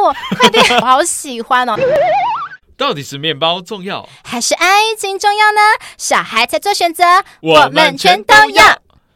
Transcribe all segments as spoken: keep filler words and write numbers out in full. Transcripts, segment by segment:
我，快点！我好喜欢哦。 到底是面包重要， 还是爱情重要呢？小孩才做选择， 我们全都要。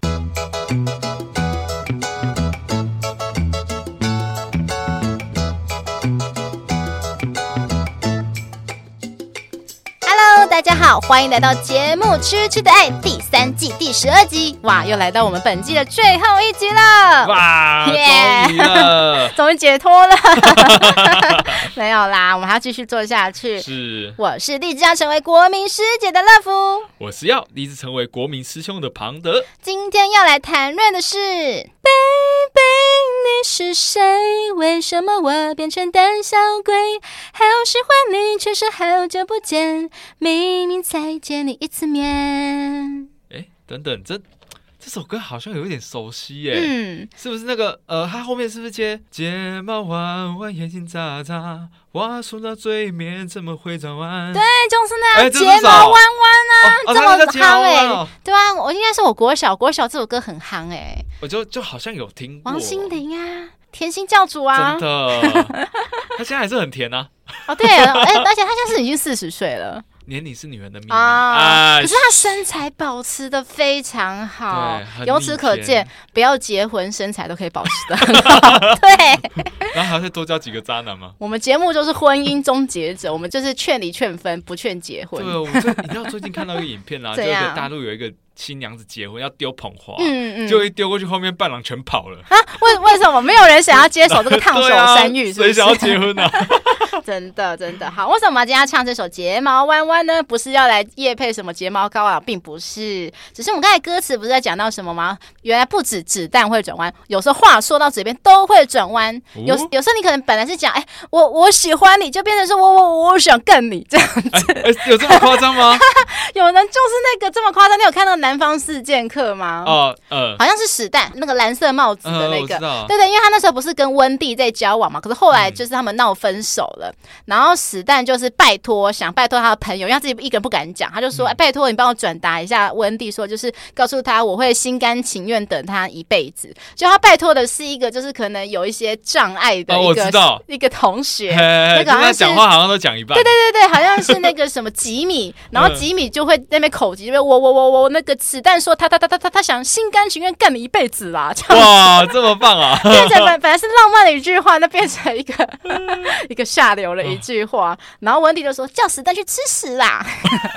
Hello， 大家好，欢迎来到节目《吃吃的爱》第三季第十二集。哇，又来到我们本季的最后一集了！ 哇， yeah, 终于了， 终于解脱了。没有啦，我们还要继续做下去。 是， 我是立志要成为国民师姐的乐福， 我是要立志成为国民师兄的庞德。 今天要来谈论的是 Baby 你是谁？为什么我变成胆小鬼？好喜欢你，却说好久不见，明明才见你一次面。 哎，等等，这这首歌好像有一点熟悉耶， 嗯， 是不是那个呃，它后面是不是接睫毛弯弯，眼睛眨眨，挖出那嘴面怎么会转弯？ 对，就是那样，睫毛弯弯啊， 哦、 这么夯哎、欸哦， 对啊，我应该是我国小国小这首歌很夯哎、欸， 我就就好像有听过王心凌啊，甜心教主啊， 真的，他现在还是很甜啊。 哦对，哎，而且他现在是已经四十岁了。 年龄是女人的秘密啊！ 啊可是他身材保持得非常好，由此可见，不要结婚，身材都可以保持得很好。对， 然后还会多交几个渣男吗？ 我们节目就是婚姻终结者，我们就是劝离劝分，不劝结婚。 对，我最你知道最近看到一个影片啊，就有个大陆有一个新娘子结婚要丢捧花，嗯嗯，就一丢过去，后面伴郎全跑了啊！为为什么没有人想要接手这个烫手山芋？ 谁、啊、想要结婚啊？ 真的真的好，为什么今天要唱这首《睫毛弯弯》呢？不是要来业配什么睫毛膏啊，并不是，只是我们刚才歌词不是在讲到什么吗？原来不止子弹会转弯，有时候话说到嘴边都会转弯。哦、有有时候你可能本来是讲，哎、欸，我我喜欢你，就变成说我我我想干你这样子。 欸欸、有这么夸张吗？ 有人就是那个这么夸张。你有看到《南方四剑客》吗？ 哦，呃， 好像是史蛋那个蓝色帽子的那个， 呃、 对对，因为他那时候不是跟温蒂在交往嘛，可是后来就是他们闹分手了。嗯、然后史蛋就是拜托，想拜托他的朋友，因为他自己一个人不敢讲，他就说：“哎、嗯欸，拜托你帮我转达一下温蒂，说就是告诉他我会心甘情愿等他一辈子。”就他拜托的是一个就是可能有一些障碍的一个、哦、 我知道一个同学， 嘿嘿那个好像是讲话好像都讲一半， 对对对对，好像是那个什么吉米，然后吉米就会在那边口急，我我我我那个史蛋说他他他他他他想心甘情愿干你一辈子啦，这哇，这么棒啊！ 变成本本来是浪漫的一句话，那变成一个一个下流的一句话，然后温蒂就说叫史蛋去吃屎啦。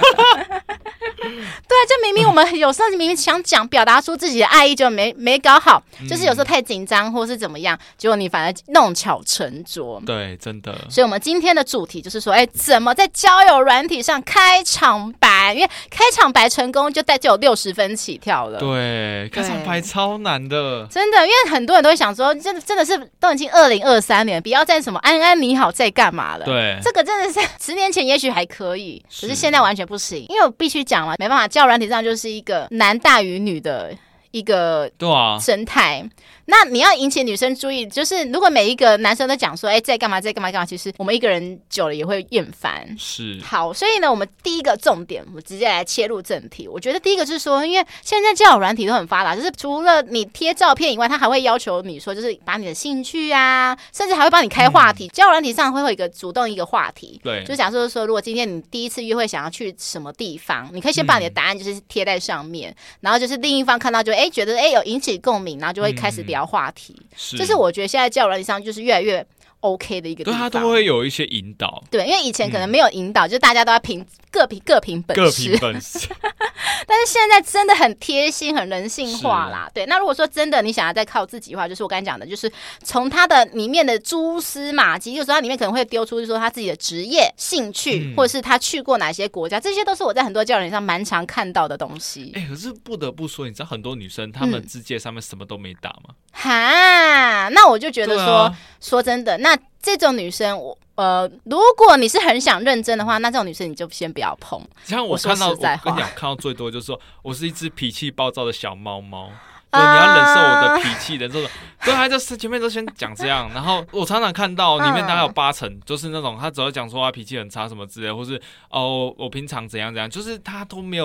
对啊，就明明我们有时候明明想讲表达出自己的爱意，就没没搞好，就是有时候太紧张或是怎么样，结果你反而弄巧成拙。 对，真的。 所以我们今天的主题就是说，哎，怎么在交友软体上开场白？因为开场白成功就带就有六十分起跳了。 对，开场白超难的， 真的，因为很多人都会想说，真的真的是都已经二零二三年，不要再什么安安你好在干嘛了。 对， 这个真的是十年前也许还可以，可是现在完全不行，因为我必须讲嘛，没办法，交友软体上就是一个男大于女的一个生态。对啊，那你要引起女生注意，就是如果每一个男生都讲说，哎、欸，在干嘛，在干嘛，干嘛，其实我们一个人久了也会厌烦。 是， 好，所以呢，我们第一个重点，我们直接来切入正题。我觉得第一个就是说，因为现在交友软体都很发达，就是除了你贴照片以外，他还会要求你说，就是把你的兴趣啊，甚至还会帮你开话题。交友软体上会有一个主动一个话题， 对， 就假设说，如果今天你第一次约会想要去什么地方，你可以先把你的答案就是贴在上面，嗯、然后就是另一方看到就哎、欸、觉得哎、欸、有引起共鸣，然后就会开始聊话题。嗯，是，这是我觉得现在交友软体上就是越来越 OK 的一个地方， 对，他都会有一些引导。 对，因为以前可能没有引导，嗯、就大家都要凭各凭各凭本事， 各凭本事。 但是现在真的很贴心、很人性化啦。对，那如果说真的你想要再靠自己的话，就是我刚才讲的，就是从他的里面的蛛丝马迹，有时候他里面可能会丢出，就是说他自己的职业、兴趣，嗯、或者是他去过哪些国家，这些都是我在很多交友软体上蛮常看到的东西。 哎、欸，可是不得不说，你知道很多女生她们自介上面什么都没打吗？ 哈、嗯，那我就觉得说，啊、说真的，那这种女生我。呃，如果你是很想认真的话，那这种女生你就先不要碰。 像我看到，我, 我跟你讲，看到最多就是说，我是一只脾气暴躁的小猫猫，所以你要忍受我的脾气，忍受的。对，他就是前面都先讲这样，然后我常常看到里面大概有八成就是那种他只要讲说他脾气很差什么之类，或是哦我平常怎样怎样，就是他都没有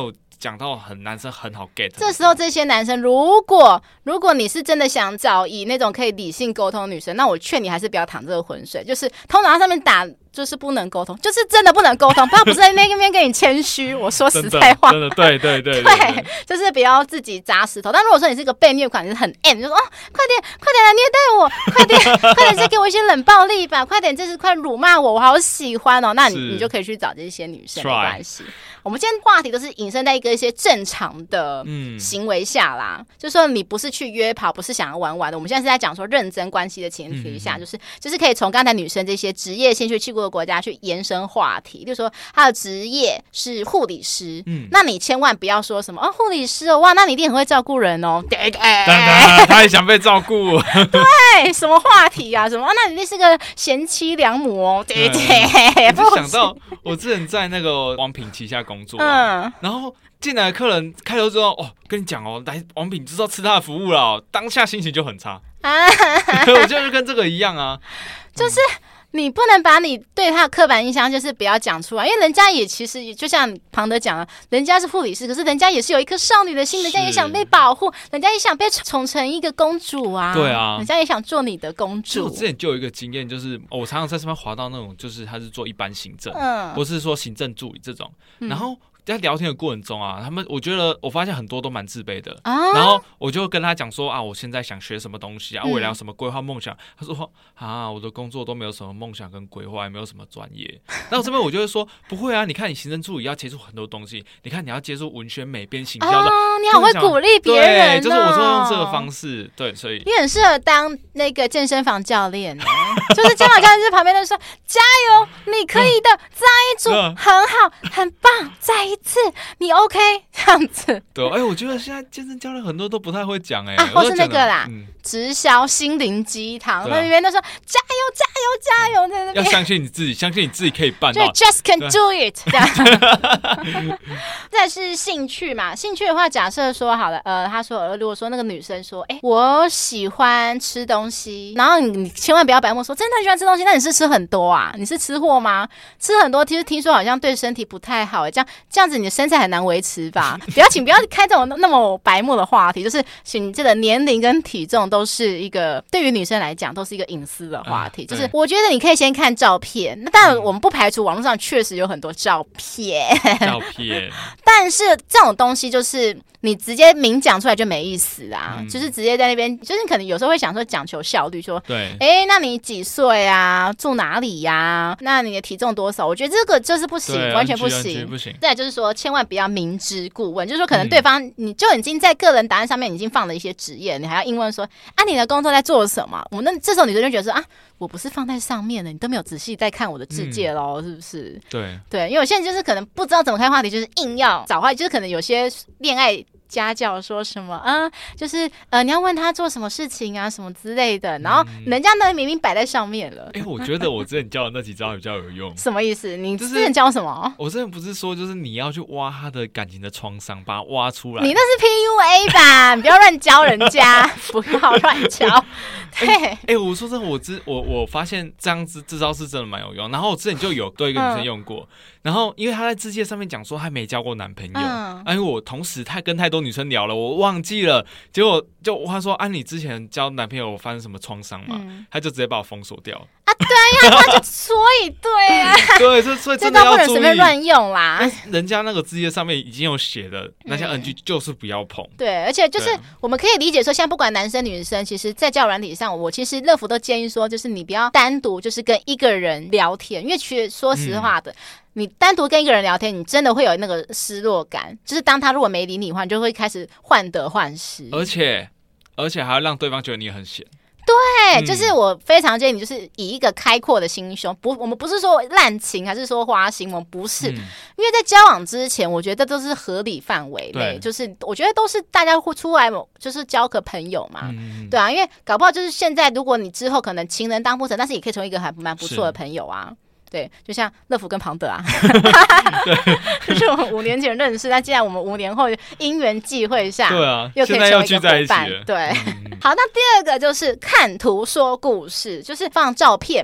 讲到很男生很好 get。 这时候这些男生，如果如果你是真的想找以那种可以理性沟通的女生，那我劝你还是不要淌这个浑水。就是通常上面打就是不能沟通，就是真的不能沟通，不然不是在那边跟你谦虚。我说实在话， 真的，真的对对对 对, 对, 对，就是不要自己砸石头。但如果说你是个被虐款，你是很 M， 就说哦，快点快点来虐待我，快点快点再给我一些冷暴力吧，快点就是快辱骂我，我好喜欢哦。那你你就可以去找这些女生，没关系。我们今天话题都是引申在一个一些正常的行为下啦，嗯、就是说你不是去约跑，不是想要玩玩的。我们现在是在讲说认真关系的前提下，嗯、就是就是可以从刚才女生这些职业、兴趣、去过的国家去延伸话题，就是说她的职业是护理师，嗯，那你千万不要说什么哦，护理师哦，哇，那你一定很会照顾人哦，对对， 他也想被照顾， 对，什么话题啊，什么、哦、那你一定是个贤妻良母哦，对对， 我就想到我之前在那个王品旗下工作、啊，嗯，然后进来的客人开头之后，哦，跟你讲哦，来王品就是要吃他的服务了、哦，当下心情就很差，啊，我觉得跟这个一样啊， 就是。你不能把你对他的刻板印象就是不要讲出来，因为人家也其实就像庞德讲了，人家是护理师，可是人家也是有一颗少女的心，人家也想被保护，人家也想被宠成一个公主啊， 对啊， 人家也想做你的公主。 我之前就有一个经验，就是我常常在上面滑到那种，就是他是做一般行政，嗯，或是说行政助理这种，嗯、然后。在聊天的过程中啊，他们我觉得我发现很多都蛮自卑的、啊，然后我就跟他讲说啊，我现在想学什么东西啊，未来有什么规划梦想。他说啊，我的工作都没有什么梦想跟规划，也没有什么专业。那我这边我就会说不会啊，你看你行政助理要接触很多东西，你看你要接触文宣、美编、行销的、 哦，你好会鼓励别人、哦， 对，就是我说用这个方式，对，所以你很适合当那个健身房教练，就是健身房教练在旁边就说加油，你可以的，再一组，很好，很棒，再一次，你。OK， 这样子。 对，哎、欸，我觉得现在健身教练很多都不太会讲哎、 欸，啊，或是那个啦，嗯、直销心灵鸡汤，那里面都说加油加油加油，在那边要相信你自己，相信你自己可以办到。 就 Just can do it 这样。再是兴趣嘛，兴趣的话，假设说好了，呃，他说，如果说那个女生说，哎、欸，我喜欢吃东西，然后你你千万不要白目说真的很喜欢吃东西，那你是吃很多啊？你是吃货吗？吃很多，其实听说好像对身体不太好、欸，这样这样子你的身材很难维持吧？不要，请不要开这种那么白目的话题，就是请这个年龄跟体重都是一个对于女生来讲都是一个隐私的话题。嗯、就是我觉得你可以先看照片，那当然我们不排除网络上确实有很多照片， 照片， 但是这种东西就是你直接明讲出来就没意思啊，嗯、就是直接在那边，就是你可能有时候会想说讲求效率，说对，哎，那你几岁啊？住哪里呀、啊？那你的体重多少？我觉得这个就是不行，完全不行， 不行。 再来就是说，千万不要明知故问，就是说可能对方、嗯、你就已经在个人答案上面已经放了一些职业，你还要硬问说啊，你的工作在做什么？我们那这时候女生就觉得说啊，我不是放在上面的，你都没有仔细在看我的自介咯、嗯、是不是？对对，因为我现在就是可能不知道怎么开话题，就是硬要找话题，就是可能有些恋爱家教说什么啊，就是呃，你要问他做什么事情啊，什么之类的，然后人家呢明明摆在上面了。 哎、欸，我觉得我之前教的那几招比较有用。 什么意思？你之前教什么？ 我之前不是说，就是你要去挖他的感情的创伤，把它挖出来。 你那是 P U A 吧？你不要乱教人家，不要乱教。对，哎、 欸欸，我说真的，我之我我发现这样子这招是真的蛮有用。然后我之前就有对一个女生用过。嗯，然后，因为他在自介上面讲说他没交过男朋友，嗯，因为我同时他跟太多女生聊了，我忘记了。结果就他说：“啊，你之前交男朋友发生什么创伤嘛？”嗯，他就直接把我封锁掉啊！对呀、啊，他就所以对啊， 对，所以真的要注意，这都不能随便乱用啦。 人家那个自介上面已经有写的那些 N G， 就是不要碰。 嗯、对，而且就是我们可以理解说，像不管男生女生，其实，在交友软体上，我其实乐福都建议说，就是你不要单独就是跟一个人聊天，因为其实说实话的。嗯，你单独跟一个人聊天，你真的会有那个失落感，就是当他如果没理你的话，你就会开始患得患失， 而且而且还要让对方觉得你很闲。 对，嗯，就是我非常建议你，就是以一个开阔的心胸，不，我们不是说滥情，还是说花心，我们不是，嗯，因为在交往之前，我觉得都是合理范围内，就是我觉得都是大家会出来，就是交个朋友嘛，嗯，对啊，因为搞不好就是现在，如果你之后可能情人当不成，但是也可以成为一个还蛮不错的朋友啊。对，就像乐福跟庞德啊，就是我们五年前认识，但既然我们五年后因缘际会下，对啊，又可以成为一个伙伴。对，嗯，好，那第二个就是看图说故事，就是放照片嘛。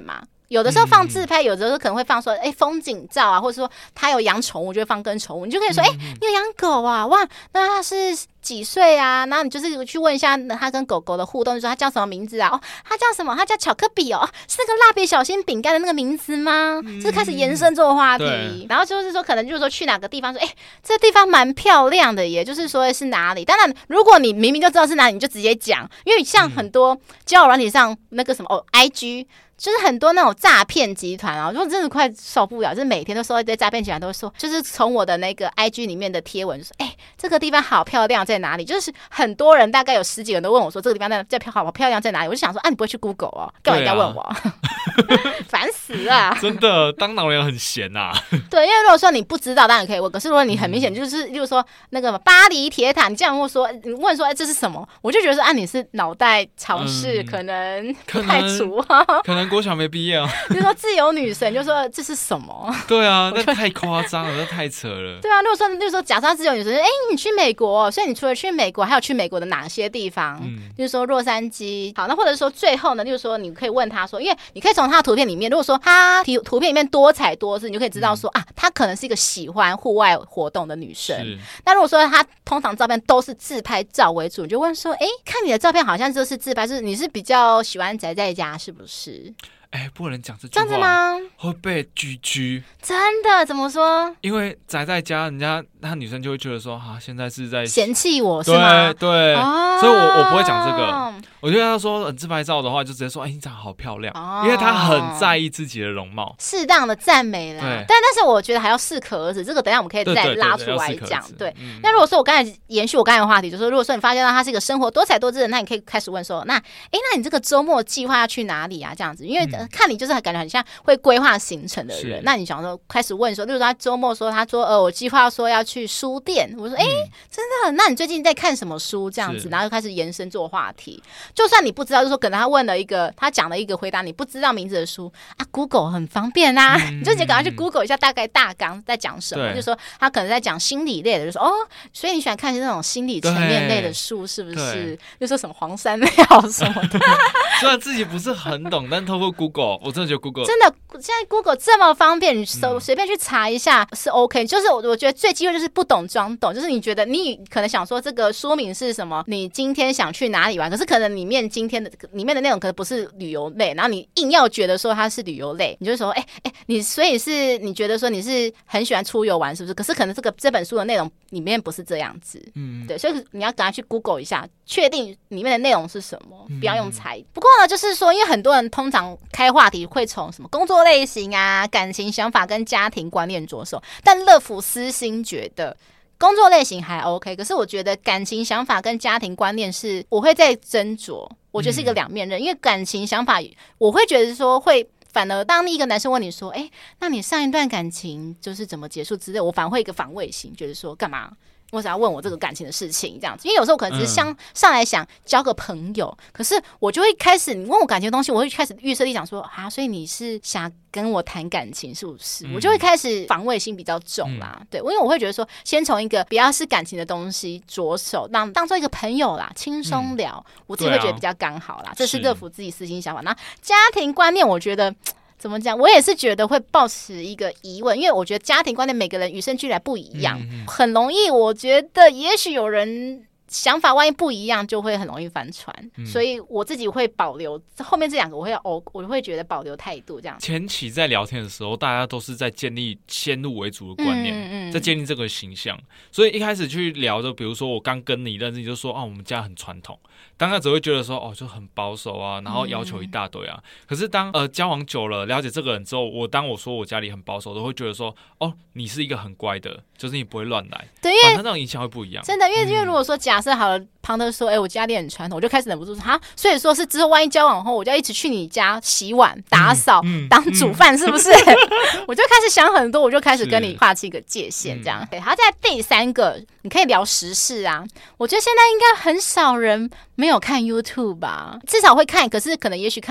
有的时候放自拍，嗯、有的时候可能会放说，哎，风景照啊，或者说他有养宠物，就会放跟宠物，你就可以说，哎、嗯，你有养狗啊？哇，那他是几岁啊？然后你就是去问一下他跟狗狗的互动，就说他叫什么名字啊？哦，他叫什么？他叫巧克比哦，是那个蜡笔小新饼干的那个名字吗？嗯、就开始延伸做话题，然后就是说，可能就是说去哪个地方说，哎，这个地方蛮漂亮的耶，就是说是哪里？当然，如果你明明就知道是哪里，你就直接讲，因为像很多交友软体上那个什么哦 ，I G。就是很多那种诈骗集团啊，就真的快受不了，就是每天都收到一堆诈骗集团都说，就是从我的那个 I G 里面的贴文就说，哎、欸，这个地方好漂亮在哪里？就是很多人大概有十几个人都问我说，这个地方在在好漂亮在哪里？我就想说，啊，你不会去 Google 哦，干嘛一定要问我？烦、啊、死了！真的，当老人很闲呐、啊。 对，因为如果说你不知道，当然可以问。可是如果你很明显就是，例如说那个巴黎铁塔，你这样问说，你问说，哎、欸，这是什么？我就觉得说，啊，你是脑袋潮湿、嗯，可能不太足， 可能国小没毕业哦。 就说自由女神，就说这是什么？ 对啊，那太夸张了，那太扯了。 对啊，如果说，例如说，假设自由女神，哎、欸，你去美国，所以你除了去美国，还有去美国的哪些地方？嗯，就是说洛杉矶。好，那或者说最后呢，就是说你可以问他说，因为你可以从他的图片里面，如果说他图图片里面多彩多姿，你就可以知道说、嗯、啊，他可能是一个喜欢户外活动的女生。那如果说他通常照片都是自拍照为主，你就问说，哎、欸，看你的照片好像就是自拍，是你是比较喜欢宅在家，是不是？ 哎、欸，不能讲这句话， 这样子吗？ 会被拒拒。 真的？怎么说？ 因为宅在家，人家那女生就会觉得说，啊，现在是在嫌弃我是吗？ 对对、哦，所以我我不会讲这个。我觉得他说自拍照的话，就直接说，哎、欸，你长得好漂亮、哦，因为他很在意自己的容貌， 适当的赞美啦。但但是我觉得还要适可而止，这个等一下我们可以再拉出来讲。对，那、嗯、如果说我刚才延续我刚才的话题，就是说如果说你发现到他是一个生活多彩多姿的人，那你可以开始问说，那哎、欸，那你这个周末计划要去哪里啊？这样子，因为、嗯看你就是感觉很像会规划行程的人，那你想说开始问说，例如说他周末说他说呃我计划说要去书店，我说哎、欸嗯、真的？那你最近在看什么书？这样子，然后就开始延伸做话题。就算你不知道，就是说可能他问了一个他讲了一个回答你不知道名字的书啊 ，Google 很方便啊，嗯、你就直接赶快去 Google 一下大概大纲在讲什么，就说他可能在讲心理类的，就说哦，所以你喜欢看那种心理层面类的书是不是？就说什么黄山料什么的。 虽然自己不是很懂，但透过 Google， 我真的觉得 Google 真的，现在 Google 这么方便，你随随便去查一下是 OK。就是我我觉得最基本就是不懂装懂，就是你觉得你可能想说这个说明是什么，你今天想去哪里玩，可是可能里面今天的里面的内容可能不是旅游类，然后你硬要觉得说它是旅游类，你就说哎哎、欸欸，你所以是你觉得说你是很喜欢出游玩是不是？可是可能这个这本书的内容里面不是这样子，嗯，对，所以你要赶快去 Google 一下，确定里面的内容是什么，不要用猜。不过呢，就是说，因为很多人通常开话题会从什么工作类型啊、感情想法跟家庭观念着手，但乐福私心觉得工作类型还 OK， 可是我觉得感情想法跟家庭观念是我会再斟酌，我觉得是一个两面刃、嗯，因为感情想法我会觉得说会。反而当一个男生问你说，哎、欸，那你上一段感情就是怎么结束之类，我反而会一个防卫心，觉得说干嘛？为啥要问我这个感情的事情？这样子，因为有时候可能只是上、嗯、上来想交个朋友，可是我就会开始，你问我感情的东西，我会开始预设立场说啊，所以你是想跟我谈感情是不是、嗯？我就会开始防卫心比较重啦，嗯、对，因为我会觉得说，先从一个比较是感情的东西着手，让当做一个朋友啦，轻松聊、嗯，我自己会觉得比较刚好啦，啊、这是乐福自己私心想法。那家庭观念，我觉得。怎么讲？我也是觉得会抱持一个疑问，因为我觉得家庭观念每个人与生俱来不一样，嗯、很容易。我觉得也许有人想法万一不一样，就会很容易翻船、嗯。所以我自己会保留后面这两个，我会哦，我会觉得保留态度这样。 前期在聊天的时候，大家都是在建立先入为主的观念，嗯嗯嗯在建立这个形象。所以一开始去聊的，比如说我刚跟你认识，你就说啊，我们家很传统。当然只会觉得说哦，就很保守啊，然后要求一大堆啊。嗯、可是当呃交往久了，了解这个人之后，我当我说我家里很保守，都会觉得说哦，你是一个很乖的，就是你不会乱来。 对，因为那种影响会不一样。 真的，因为、嗯、因为如果说假设好了，庞德说，哎、欸，我家里很传统，我就开始忍不住说哈，所以说是之后万一交往后，我就要一直去你家洗碗、打扫、嗯嗯、当煮饭，是不是？嗯、我就开始想很多，我就开始跟你划起一个界限，这样。对，好，在第三个，你可以聊时事啊。我觉得现在应该很少人没有看 YouTube 吧，至少会看，可是可能也许看的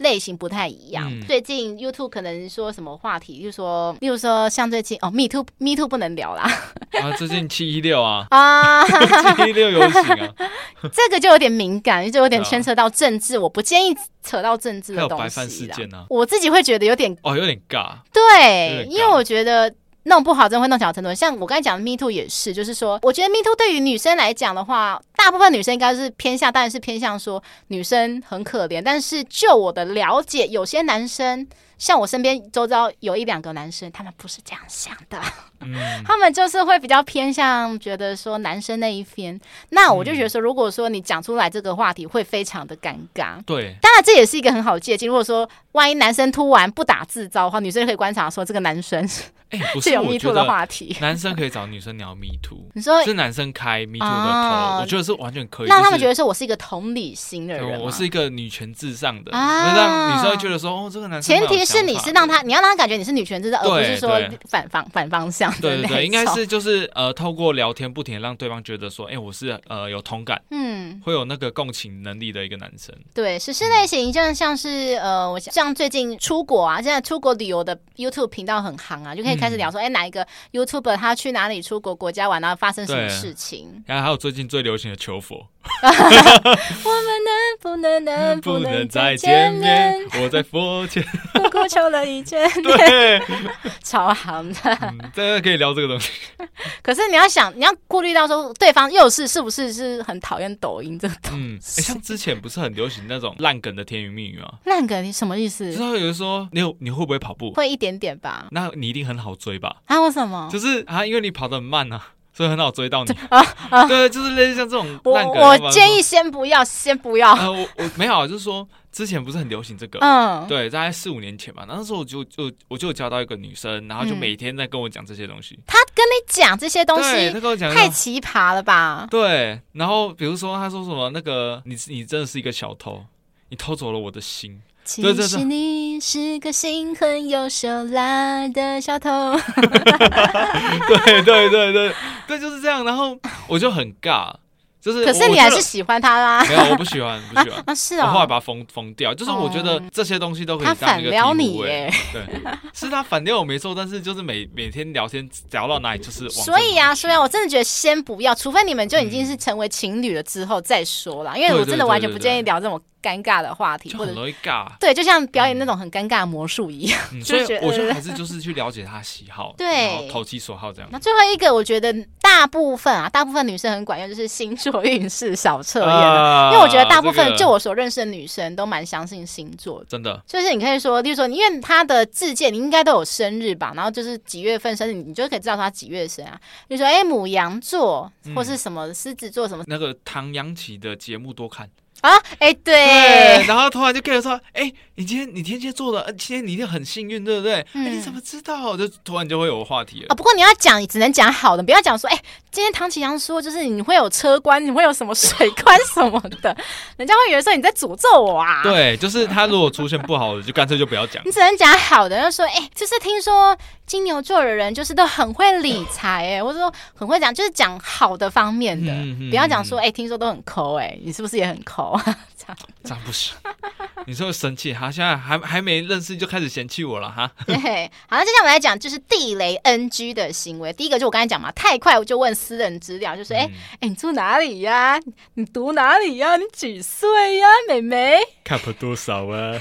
类型不太一样。嗯、最近 YouTube 可能说什么话题，例如说，例如说像最近哦 ，Me Too Me Too 不能聊啦。 啊，最近七一六啊，啊，七一六游行啊， 这个就有点敏感，就有点牵扯到政治，我不建议扯到政治的东西啦。还有白饭事件啊， 我自己会觉得有点哦，有点尬。 对，因为我觉得。弄不好真的会弄巧成拙，像我刚才讲的 Me Too 也是，就是说，我觉得 Me Too 对于女生来讲的话，大部分女生应该是偏向，当然是偏向说女生很可怜，但是就我的了解，有些男生，像我身边周遭有一两个男生，他们不是这样想的，嗯、他们就是会比较偏向觉得说男生那一边，那我就觉得说，如果说你讲出来这个话题，会非常的尴尬。 对， 当然这也是一个很好的借鉴。如果说万一男生突然不打自招的话，女生可以观察说这个男生。 哎、欸，不是， 有 Me Too 的话题， 男生可以找女生聊 Me Too， 你说是男生开 Me Too 的头，哦、我觉得是完全可以。 让他们觉得说我是一个同理心的人， 我是一个女权至上的，啊、让女生会觉得说，哦，这个男生。 前提是你是让他，你要让他感觉你是女权至上，而不是说反方反方向的那种。 对对对，应该是就是呃，透过聊天不停地让对方觉得说，哎、欸，我是呃有同感，嗯，会有那个共情能力的一个男生。 对，时事类型就像是呃，我像最近出国啊，现在出国旅游的 YouTube 频道很夯啊，就可以开始聊说，哎、嗯，哪一个 YouTuber 他去哪里出国国家玩，然后发生什么事情？ 然后还有最近最流行的求佛， 我们能不能能不能再见面？ 我在佛前苦苦求了一千遍， 对， 超好的。 嗯，大家可以聊这个东西。 可是你要想，你要顾虑到说对方又是是不是是很讨厌抖音这个东西？嗯， 欸、像之前不是很流行那种烂梗的天语密语吗？ 烂梗你什么意思？ 就是有人说你有你会不会跑步？ 会一点点吧。 那你一定很好追吧？ 啊，为什么？ 就是啊，因为你跑得很慢啊，所以很好追到你。啊啊、对，就是类似像这种烂梗。 我, 我建议先不要，先不要。 呃、我我没有，就是说之前不是很流行这个，嗯，对，大概四五年前吧。那时候我就就我就有交到一个女生，然后就每天在跟我讲这些东西。 她、嗯、跟你讲这些东西， 对，她跟我讲太奇葩了吧？ 对，然后比如说她说什么那个你你真的是一个小偷，你偷走了我的心。 其实你是个心狠又手辣的小偷。 对对对对对，就是这样。然后我就很尬，就是可是你还是喜欢他啦。 没有，我不喜欢，不喜欢。 啊，是哦。 我后来把他封封掉，就是我觉得这些东西都可以当一个他反撩你耶。 对，是他反撩我没错，但是就是每每天聊天聊到哪里就是往。 所以啊，所以啊，我真的觉得先不要，除非你们就已经是成为情侣了之后再说啦。因为我真的完全不建议聊这种尴尬的话题， 就很容易尬。 对，就像表演那种很尴尬的魔术一样。 嗯、所以我觉得还是就是去了解他的喜好，对，然后投其所好这样。 那最后一个，我觉得大部分啊，大部分女生很管用，就是星座运势小测验、啊、因为我觉得大部分、这个、就我所认识的女生都蛮相信星座， 真的。 就是你可以说，例如说，因为她的字界你应该都有生日吧，然后就是几月份生日，你就可以知道她几月生啊。比如说，哎、欸，牡羊座或是什么狮子座什么、嗯， 那个唐扬琪的节目多看。 啊，哎、欸，对， 对，然后突然就 get 说，哎、欸，你今天你天蝎座的，今天你一定很幸运，对不对？嗯欸、你怎么知道？就突然就会有话题了。 哦，不过你要讲，你只能讲好的，不要讲说，哎、欸，今天唐启阳说，就是你会有车关，你会有什么水关什么的，人家会以为说你在诅咒我啊。 对，就是他如果出现不好的，就干脆就不要讲。 你只能讲好的，就说，哎、欸，就是听说金牛座的人就是都很会理财，哎，或者说很会讲，就是讲好的方面的，嗯、不要讲说，哎、欸，听说都很抠，哎，你是不是也很抠？ 这样不行，你是会生气。他现在还还没认识就开始嫌弃我了哈。 对，好，那接下来我们来讲就是地雷 N G 的行为。第一个就我刚才讲嘛，太快我就问私人资料，就说，哎、嗯，哎、欸，你住哪里呀、啊？你读哪里呀、啊？你几岁呀、啊，妹妹 ？Cup 多少啊？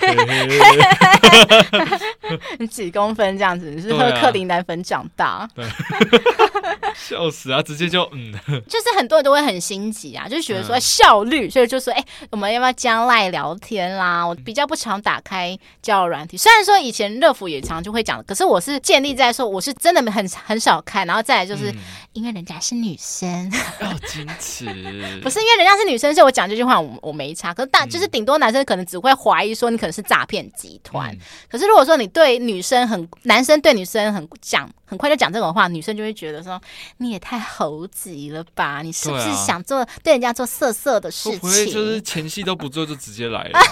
你几公分这样子？你是喝克林奶粉长大？ 对。笑死啊！直接就嗯， 就是很多人都会很心急啊，就觉得说效率，嗯、所以就说，哎、欸，我们要不要加赖聊天啦？我比较不常打开交友软体，虽然说以前热芙也常就会讲，可是我是建立在说我是真的很很少开，然后再来就是、嗯、因为人家是女生， 要矜持， 不是因为人家是女生，所以我讲这句话我我没差。可是大、嗯、就是顶多男生可能只会怀疑说你可能是诈骗集团、嗯，可是如果说你对女生很，男生对女生很讲。很快就讲这种话，女生就会觉得说你也太猴急了吧？你是不是想做 对,、啊、对人家做色色的事情？ 会不会就是前戏都不做就直接来了，对不对？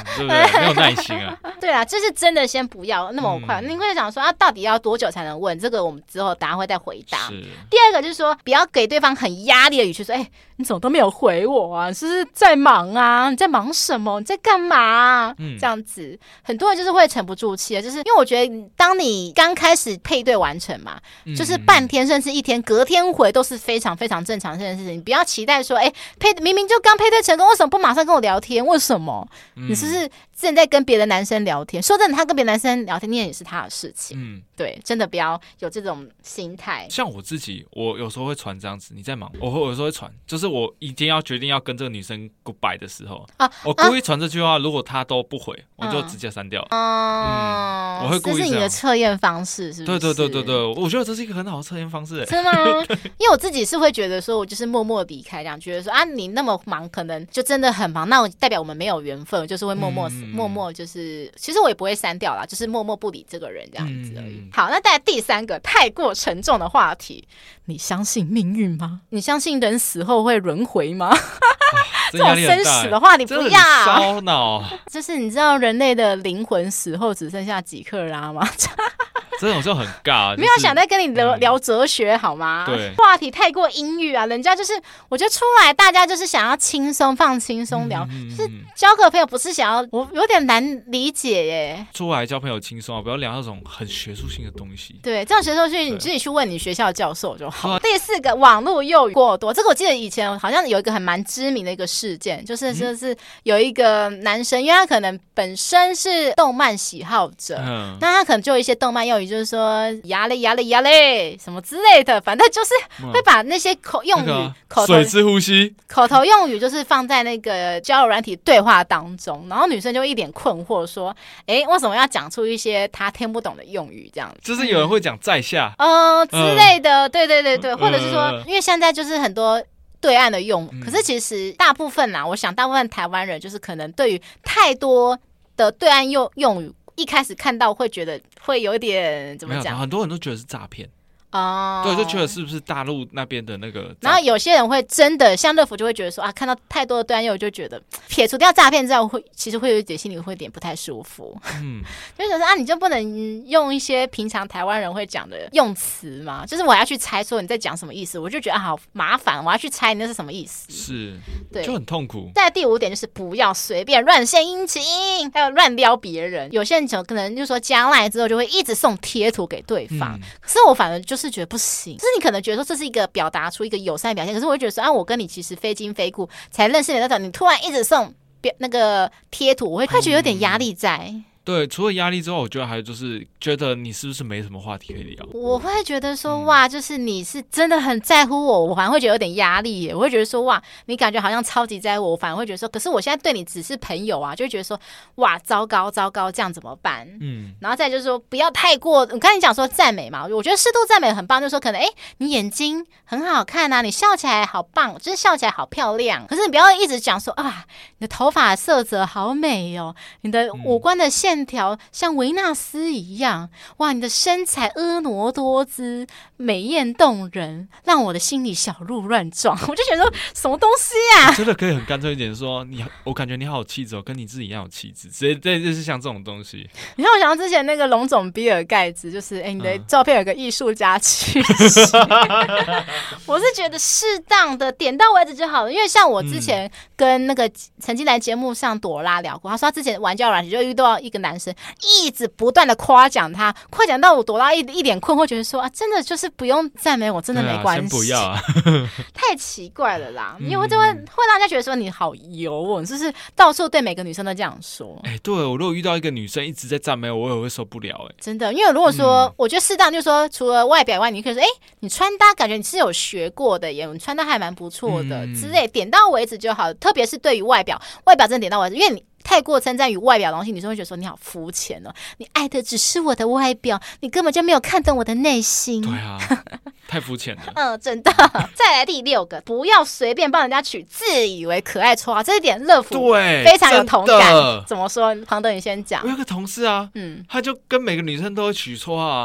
没有耐心啊。 对啊，就是真的先不要那么快。嗯、你会想说啊，到底要多久才能问？这个我们之后答案会再回答。第二个就是说，不要给对方很压力的语气说，哎、欸，你怎么都没有回我啊？你是不是在忙啊？你在忙什么？你在干嘛、啊嗯？这样子，很多人就是会沉不住气的，就是因为我觉得，当你刚开始配对完成嘛，嗯、就是半天甚至一天，隔天回都是非常非常正常这件事情。你不要期待说，哎、欸，配明明就刚配对成功，为什么不马上跟我聊天？为什么？嗯、你是不是之前在跟别的男生聊天？说真的，他跟别的男生聊天，你也是他的事情。嗯，对，真的不要有这种心态。 像我自己，我有时候会传这样子，你在忙，我会有时候会传，就是我一定要决定要跟这个女生 goodbye 的时候，啊、我故意传这句话，啊、如果她都不回，我就直接删掉。嗯，我会故意这样。 这是你的测验方式，是不是？ 对对对对对，我觉得这是一个很好的测验方式。 真的吗？因为我自己是会觉得说，我就是默默离开，这样觉得说啊，你那么忙，可能就真的很忙，那我代表我们没有缘分，就是会默默、嗯、默默，就是其实我也不会删掉啦，就是默默不理这个人这样子而已。嗯、好，那再来第三个太过沉重的话题，你相信命运吗？你相信人死后会轮回吗？这种生死的话你不要， 烧脑。 就是你知道人类的灵魂死后只剩下几克拉吗？ 这种就很尬，就是、 没有想再跟你聊、嗯、聊哲学好吗？ 对， 话题太过阴郁啊，人家就是我觉得出来大家就是想要轻松放轻松聊、嗯，就是交个朋友不是想要，我有点难理解耶。 出来交朋友轻松啊，不要聊那种很学术性的东西。 对，这种学术性你自己去问你学校的教授就好。第四个，网络诱语过多，这个我记得以前好像有一个还蛮知名的一个事件，就是就是有一个男生，因为他可能本身是动漫喜好者，嗯、那他可能就有一些动漫诱语。就是说呀嘞呀嘞呀嘞什么之类的，反正就是会把那些口用语、那個、口头水之呼吸、 口头用语，就是放在那个交友软体对话当中，然后女生就一脸困惑说：“哎，为什么要讲出一些她听不懂的用语？”这样子， 就是有人会讲在下哦、呃、之类的，对对对对，或者是说，因为现在就是很多对岸的用语，嗯、可是其实大部分啦，我想大部分台湾人就是可能对于太多的对岸用用语。一开始看到会觉得会有点怎么讲？ 很多人都觉得是诈骗哦， 对，就觉得是不是大陆那边的那个？ 然后有些人会真的像乐福就会觉得说啊，看到太多的对岸诱，就觉得撇除掉诈骗之后，会其实会有一点心里会有点不太舒服。嗯，就觉得啊，你就不能用一些平常台湾人会讲的用词吗？就是我要去猜说你在讲什么意思，我就觉得、啊、好麻烦，我要去猜你那是什么意思。 是， 对， 就很痛苦。 再来第五点就是不要随便乱献殷勤，还有乱撩别人。有些人可能就说加赖之后就会一直送贴图给对方，嗯、可是我反而就是觉得不行。就是你可能觉得说这是一个表达出一个友善的表现，可是我会觉得说啊，我跟你其实非亲非故才认识你那种，你突然一直送那个贴图，我会会觉得有点压力在。嗯对，除了压力之外，我觉得还有就是觉得你是不是没什么话题可以聊？ 我会觉得说哇，就是你是真的很在乎我，我反而会觉得有点压力耶。我会觉得说哇，你感觉好像超级在乎我，我反而会觉得说，可是我现在对你只是朋友啊，就会觉得说哇，糟糕糟糕，这样怎么办？嗯，然后再就是说不要太过，我刚才你讲说赞美嘛，我觉得适度赞美很棒，就是说可能哎，你眼睛很好看啊，你笑起来好棒，就是笑起来好漂亮。可是你不要一直讲说啊，你的头发色泽好美哦，你的五官的线条像维纳斯一样，哇，你的身材婀娜多姿，美艳动人，让我的心里小鹿乱撞。我就觉得说什么东西啊， 真的可以很干脆一点说，你我感觉你好有气质哦，跟你自己一样有气质，直接这就是像这种东西。 你看我想到之前那个龙总比尔盖茨，就是哎，你的照片有个艺术家气息，嗯、我是觉得适当的点到为止就好了。因为像我之前跟那个曾经来节目上朵拉聊过，他说他之前玩交友软体就遇到一个男生。一直不断的夸奖他，夸奖到我朵拉一一脸困惑，觉得说啊，真的就是不用赞美我，真的没关系， 先不要啊， 太奇怪了啦，因为就会会让人家觉得说你好油哦，你是不是到处对每个女生都这样说？ 哎、欸，对我如果遇到一个女生一直在赞美我，我也会受不了哎、欸， 真的，因为如果说、嗯、我觉得适当，就是说除了外表外，你可以说哎、欸，你穿搭感觉你是有学过的耶，你穿搭还蛮不错的、嗯、之类，点到为止就好，特别是对于外表，外表真的点到为止，因为你。太过称赞于外表的东西，女生会觉得说你好肤浅哦，你爱的只是我的外表，你根本就没有看懂我的内心。 对啊，太肤浅了。 嗯，真的。再来第六个，不要随便帮人家取自以为可爱绰号，这一点乐福对非常有同感。怎么说？庞德，你先讲。 我有个同事啊，嗯，他就跟每个女生都会取绰号啊。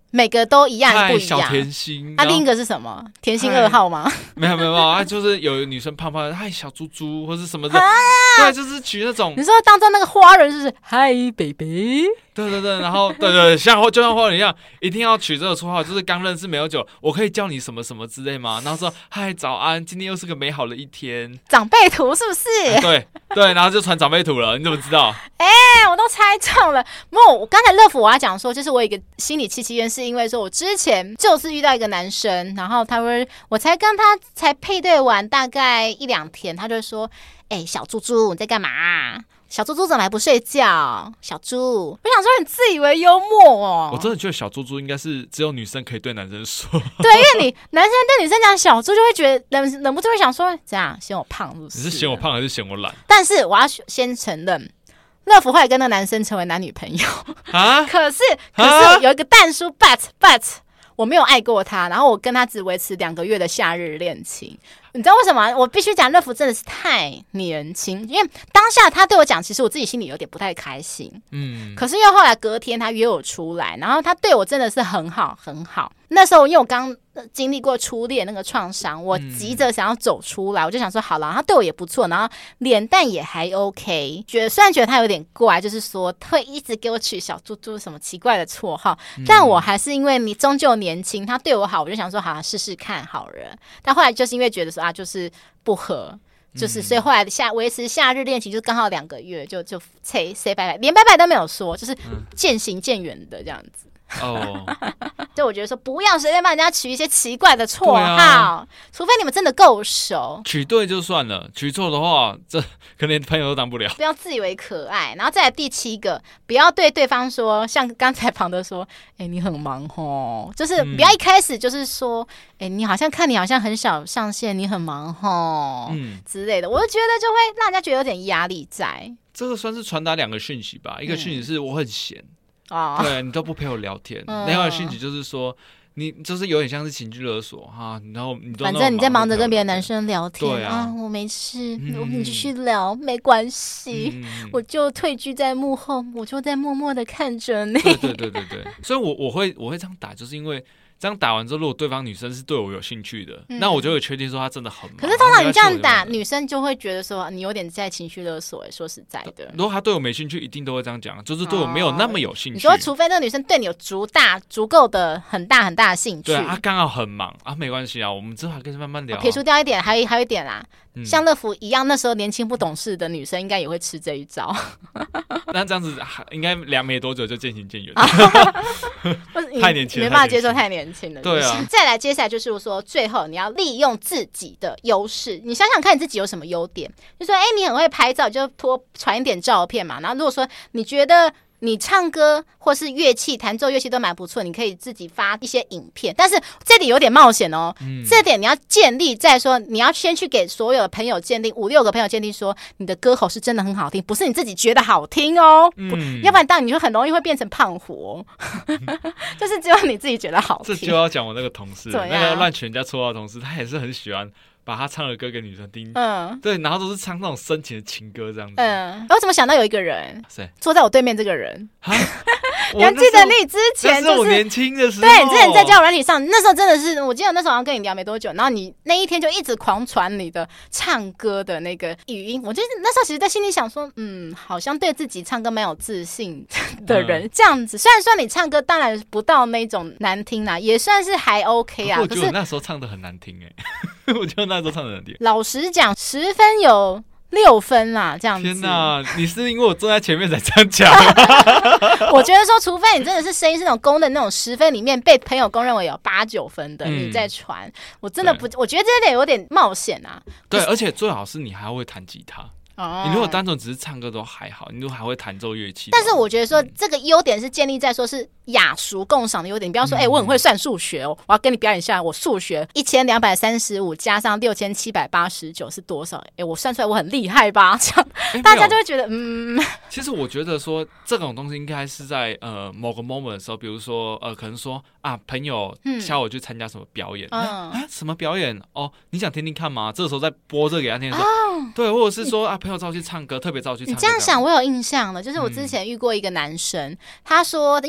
每个都一样还是不一样？ 小甜心。 啊，另一个是什么？甜心二号吗？ 没有没有没有啊，就是有女生胖胖的，嗨小猪猪或是什么的，对，就是取那种。 你说当中那个花人是不是？嗨 baby。 对对对，然后对对，像就像花人一样，一定要取这个绰号，就是刚认识没有久，我可以叫你什么什么之类吗？然后说嗨早安，今天又是个美好的一天。 长辈图是不是？ 啊、对对，然后就传长辈图了，你怎么知道？ 哎、欸，我都猜中了。没有，我刚才乐福我要讲说，就是我有一个心理戚戚焉，是因为说我之前就是遇到一个男生，然后他会，我才跟他才配对完大概一两天，他就说：“哎、欸，小猪猪你在干嘛？小猪猪怎么还不睡觉？小猪，我想说你自以为幽默哦。” 我真的觉得小猪猪应该是只有女生可以对男生说。 对，因为你男生对女生讲小猪，就会觉得忍忍不住会想说：“这样嫌我胖是不是？” 你是嫌我胖还是嫌我懒？ 但是我要先承认。乐福后来跟那个男生成为男女朋友啊，可是可是有一个但书 but but 我没有爱过他，然后我跟他只维持两个月的夏日恋情。你知道为什么？我必须讲乐福真的是太年轻，因为当下他对我讲，其实我自己心里有点不太开心。嗯，可是因为后来隔天他约我出来，然后他对我真的是很好很好。那时候因为我刚经历过初恋那个创伤，我急着想要走出来，嗯、我就想说好了，他对我也不错，然后脸蛋也还 OK， 觉得虽然觉得他有点怪，就是说会一直给我取小猪猪什么奇怪的绰号，嗯、但我还是因为你终究年轻，他对我好，我就想说好试试看好人。但后来就是因为觉得说啊，就是不合。就是所以后来夏维持夏日恋情就刚好两个月就就 say say 拜拜，连拜拜都没有说，就是渐行渐远的这样子。哦，就我觉得说不要随便帮人家取一些奇怪的绰号，啊、除非你们真的够熟。 取对就算了，取错的话，这可能连朋友都当不了。 不要自以为可爱，然后再来第七个，不要对对方说，像刚才庞德说，哎、欸，你很忙哦，就是不要一开始就是说，哎、欸，你好像看你好像很少上线，你很忙哦，嗯之类的，我就觉得就会让人家觉得有点压力在。 这个算是传达两个讯息吧，一个讯息是我很闲。哦，对你都不陪我聊天，嗯、另外的讯息就是说，你就是有点像是情绪勒索哈，然后你都反正你在忙着跟别的男生聊天，对 啊, 啊，我没事，嗯、我们继续聊，没关系，嗯、我就退居在幕后，我就在默默的看着你。 对对对对对，所以我我会我会这样打，就是因为。这样打完之后，如果对方女生是对我有兴趣的，嗯、那我就会确定说她真的很忙。 可是通常你这样打，女生就会觉得说你有点在情绪勒索。哎，说实在的， 如果她对我没兴趣，一定都会这样讲，就是对我没有那么有兴趣。哦、 你说，除非那个女生对你有足大、足够的、很大很大的兴趣， 对，她刚好很忙啊，没关系啊，我们之后还可以慢慢聊、啊。 撇除掉一点，还有还有一点啦。嗯、像乐福一样，那时候年轻不懂事的女生，应该也会吃这一招。 那这样子应该两没多久就渐行渐远。太年轻了， 没办法接受太年轻了。 对啊。 再来，接下来就是说，最后你要利用自己的优势。你想想看，你自己有什么优点？就说，哎、欸，你很会拍照，就多传一点照片嘛。然后，如果说你觉得你唱歌或是乐器弹奏乐器都蛮不错，你可以自己发一些影片，但是这点有点冒险哦。嗯、这点你要建立在说，你要先去给所有的朋友鉴定，五六个朋友鉴定说你的歌喉是真的很好听，不是你自己觉得好听哦。嗯、要不然当然你就很容易会变成胖虎、哦，就是只有你自己觉得好听。 这就要讲我那个同事，那个乱取人家绰号的同事，他也是很喜欢。把他唱的歌给女生听，嗯，对，然后都是唱那种深情的情歌这样子。 嗯，我怎么想到有一个人， 谁坐在我对面这个人？你还记得你之前就是我年轻的时候， 对，你之前在交友软体上，那时候真的是，我记得那时候好像跟你聊没多久，然后你那一天就一直狂传你的唱歌的那个语音，我就是那时候其实在心里想说，嗯，好像对自己唱歌蛮有自信的人、嗯、这样子。虽然说你唱歌当然不到那种难听啦，也算是还 OK 啊。 我觉得我那时候唱的很难听哎、欸，我觉得那时候唱的很难听。 老实讲，十分有。六分啦，这样子。 天哪，你是因为我坐在前面才这样讲？ 我觉得说，除非你真的是声音是那种公认那种十分里面被朋友公认为有八九分的，嗯、你在传，我真的不，我觉得这点有点冒险啊。 对，而且最好是你还会弹吉他。哦、你如果单纯只是唱歌都还好，你如果还会弹奏乐器， 但是我觉得说、嗯、这个优点是建立在说是雅俗共赏的优点。你不要说，哎、嗯欸，我很会算数学哦，我要跟你表演一下，我数学一千两百三十五加上六千七百八十九是多少？哎、欸，我算出来我很厉害吧？这样、欸、大家就会觉得，嗯。 其实我觉得说这种东西应该是在呃某个 moment 的时候，比如说呃，可能说啊，朋友叫我去参加什么表演，嗯、啊，什么表演？哦，你想听听看吗？这个时候再播这个给他听的时候，哦、对，或者是说啊。朋友找我去唱歌，特别找我去唱歌。 你这样想，我有印象了，就是我之前遇过一个男生，嗯、他说，因为他的兴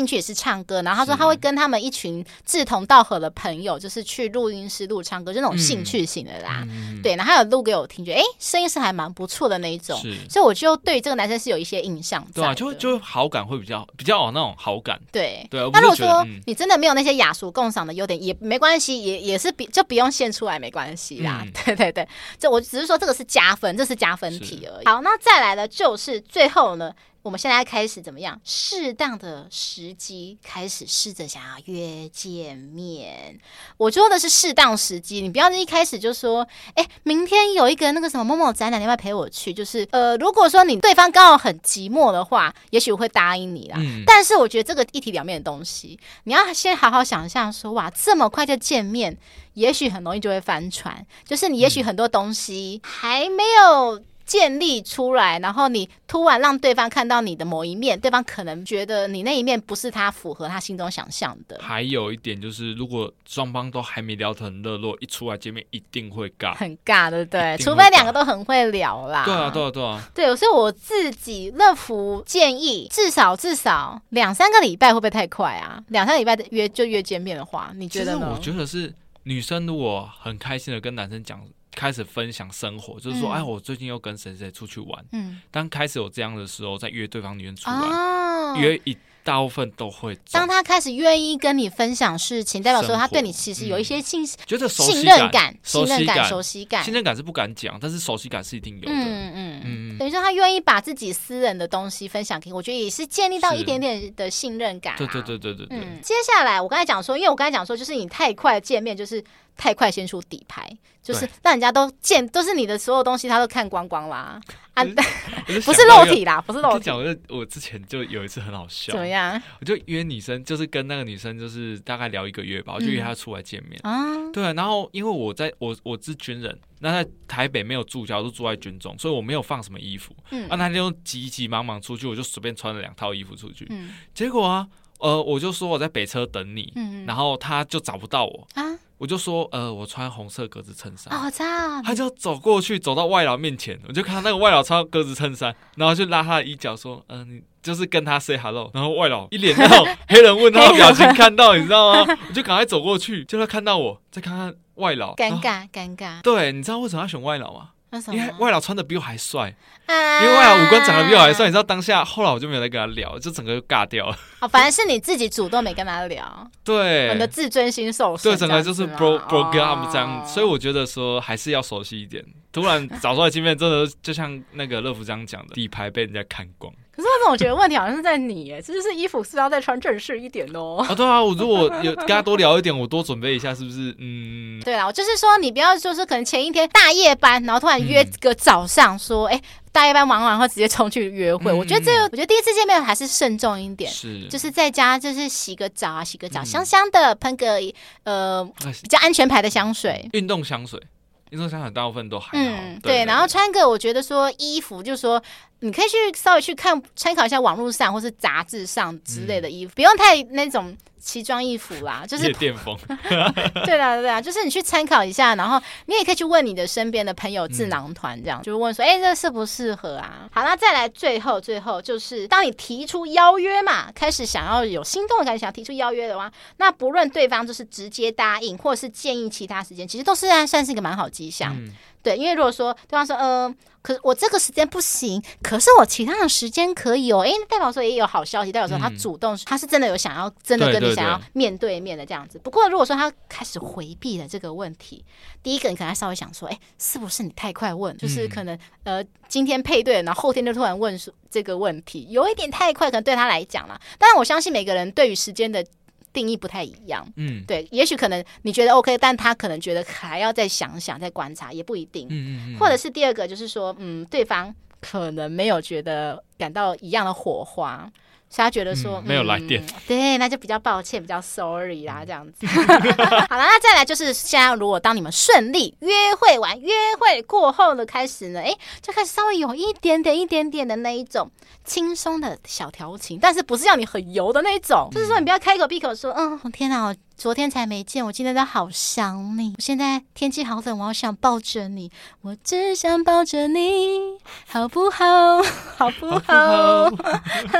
兴趣也是唱歌，然后他说他会跟他们一群志同道合的朋友，就是去录音室录唱歌，就那种兴趣型的啦。嗯、对，然后他有录给我听，觉得哎，声音是还蛮不错的那一种，所以我就对这个男生是有一些印象在的。 对啊，就就好感会比较比较有那种好感。 对对， 那如果说、嗯、你真的没有那些雅俗共赏的优点，也没关系，也也是比就不用献出来，没关系啦。嗯、对对对，这我只是说这个是加分，这是加分题而已。好，那再来的就是最后呢。我们现在开始怎么样？适当的时机开始试着想要约见面。我说的是适当时机，你不要一开始就说，哎，明天有一个那个什么某某展览，你要不要陪我去？就是呃，如果说你对方刚好很寂寞的话，也许我会答应你啦。嗯、但是我觉得这个一体两面的东西，你要先好好想象说，哇，这么快就见面，也许很容易就会翻船。就是你也许很多东西还没有建立出来，然后你突然让对方看到你的某一面，对方可能觉得你那一面不是他符合他心中想象的。 还有一点就是，如果双方都还没聊得很热络，一出来见面一定会尬， 很尬，对不对？除非两个都很会聊啦。 对啊，对啊，对啊。 对，所以我自己乐福建议，至少至少两三个礼拜，会不会太快啊？两三个礼拜的约就约见面的话，你觉得呢？ 其实我觉得是女生如果很开心的跟男生讲。开始分享生活，就是说，嗯、哎，我最近又跟谁谁出去玩。嗯，当开始有这样的时候，再约对方女人出来，哦、约一大部分都会。 当他开始愿意跟你分享事情，代表说他对你其实有一些信、嗯、 觉得信任感、 信任感、熟悉感。 信任感是不敢讲，但是熟悉感是一定有的。嗯嗯嗯，等于说他愿意把自己私人的东西分享给我，我觉得也是建立到一点点的信任感、啊。 对对对对对对。嗯， 接下来我刚才讲说，因为我刚才讲说，就是你太快见面，就是太快先出底牌。就是让人家都见，都是你的所有东西，他都看光光啦。啊，不是肉体啦，不是肉体。 我讲，我之前就有一次很好笑。 怎么样？ 我就约女生，就是跟那个女生，就是大概聊一个月吧，我就约她出来见面。啊、嗯，对。然后因为我在我我是军人，那在台北没有住家，我都住在军中，所以我没有放什么衣服。嗯。啊，那天就急急忙忙出去，我就随便穿了两套衣服出去。嗯。结果啊，呃，我就说我在北车等你，嗯、然后他就找不到我啊。我就说，呃，我穿红色格子衬衫， 哦，这样， 他就走过去，走到外劳面前，我就看到那个外劳穿格子衬衫，然后就拉他的衣角说，嗯、呃，你就是跟他 say hello， 然后外劳一脸那种黑人问号的表情看到，你知道吗？我就赶快走过去，就他看到我，再看看外劳， 尴尬，尴尬。 对，你知道为什么要选外劳吗？因为外劳穿的比我还帅，啊、因为外劳五官长得比我还帅，你知道当下后来我就没有再跟他聊，就整个就尬掉了。 哦，反而是你自己主动没跟他聊， 对， 你的自尊心受损， 对，整个就是 bro bro girl 这样，所以我觉得说还是要熟悉一点。突然找出来见面，真的就像那个乐福这样讲的，底牌被人家看光。 可是我总觉得问题好像是在你耶，这就是衣服是要再穿正式一点哦。 啊，对啊，我如果有跟他多聊一点，我多准备一下，是不是？嗯， 对啦，我就是说，你不要就是可能前一天大夜班，然后突然约个早上说，哎、嗯。大夜班忙完后直接冲去约会、嗯，我觉得这个，我觉得第一次见面还是慎重一点， 是， 就是在家就是洗个澡啊，洗个澡，嗯、香香的，喷个呃比较安全牌的香水， 运动香水，运动香水大部分都还好，嗯， 对，对，然后穿个我觉得说衣服，就是说你可以去稍微去看参考一下网络上或是杂志上之类的衣服，嗯、不用太那种。奇装异服啦，就是夜店风。 对啦对啦，就是你去参考一下，然后你也可以去问你的身边的朋友智囊团，这样、嗯、就问说，哎、欸，这适不适合啊？好，那再来最后最后就是当你提出邀约嘛，开始想要有心动的感觉，想要提出邀约的话，那不论对方就是直接答应，或者是建议其他时间，其实都是算是一个蛮好迹象。嗯对，因为如果说对方说，呃，可是我这个时间不行，可是我其他的时间可以哦，哎，代表说也有好消息，代表说他主动，嗯、他是真的有想要，真的跟你想要面对面的这样子。不过如果说他开始回避了这个问题，第一个你可能稍微想说，哎，是不是你太快问？就是可能呃今天配对，然后后天就突然问这个问题，有一点太快，可能对他来讲啦。当然我相信每个人对于时间的定义不太一样，嗯，对，也许可能你觉得 OK， 但他可能觉得还要再想想、再观察，也不一定。嗯嗯嗯。或者是第二个，就是说，嗯，对方可能没有觉得感到一样的火花，所以他觉得说、 嗯嗯、没有来电， 对，那就比较抱歉，比较 sorry 啦，这样子。好了，那再来就是现在，如果当你们顺利约会完，约会过后的开始呢，哎，就开始稍微有一点点、一点点的那一种轻松的小调情，但是不是要你很油的那一种，就是说你不要开口闭口说，嗯，天哪，我昨天才没见，我今天都好想你，我现在天气好冷，我好想抱着你，我只想抱着你，好不好？好不好？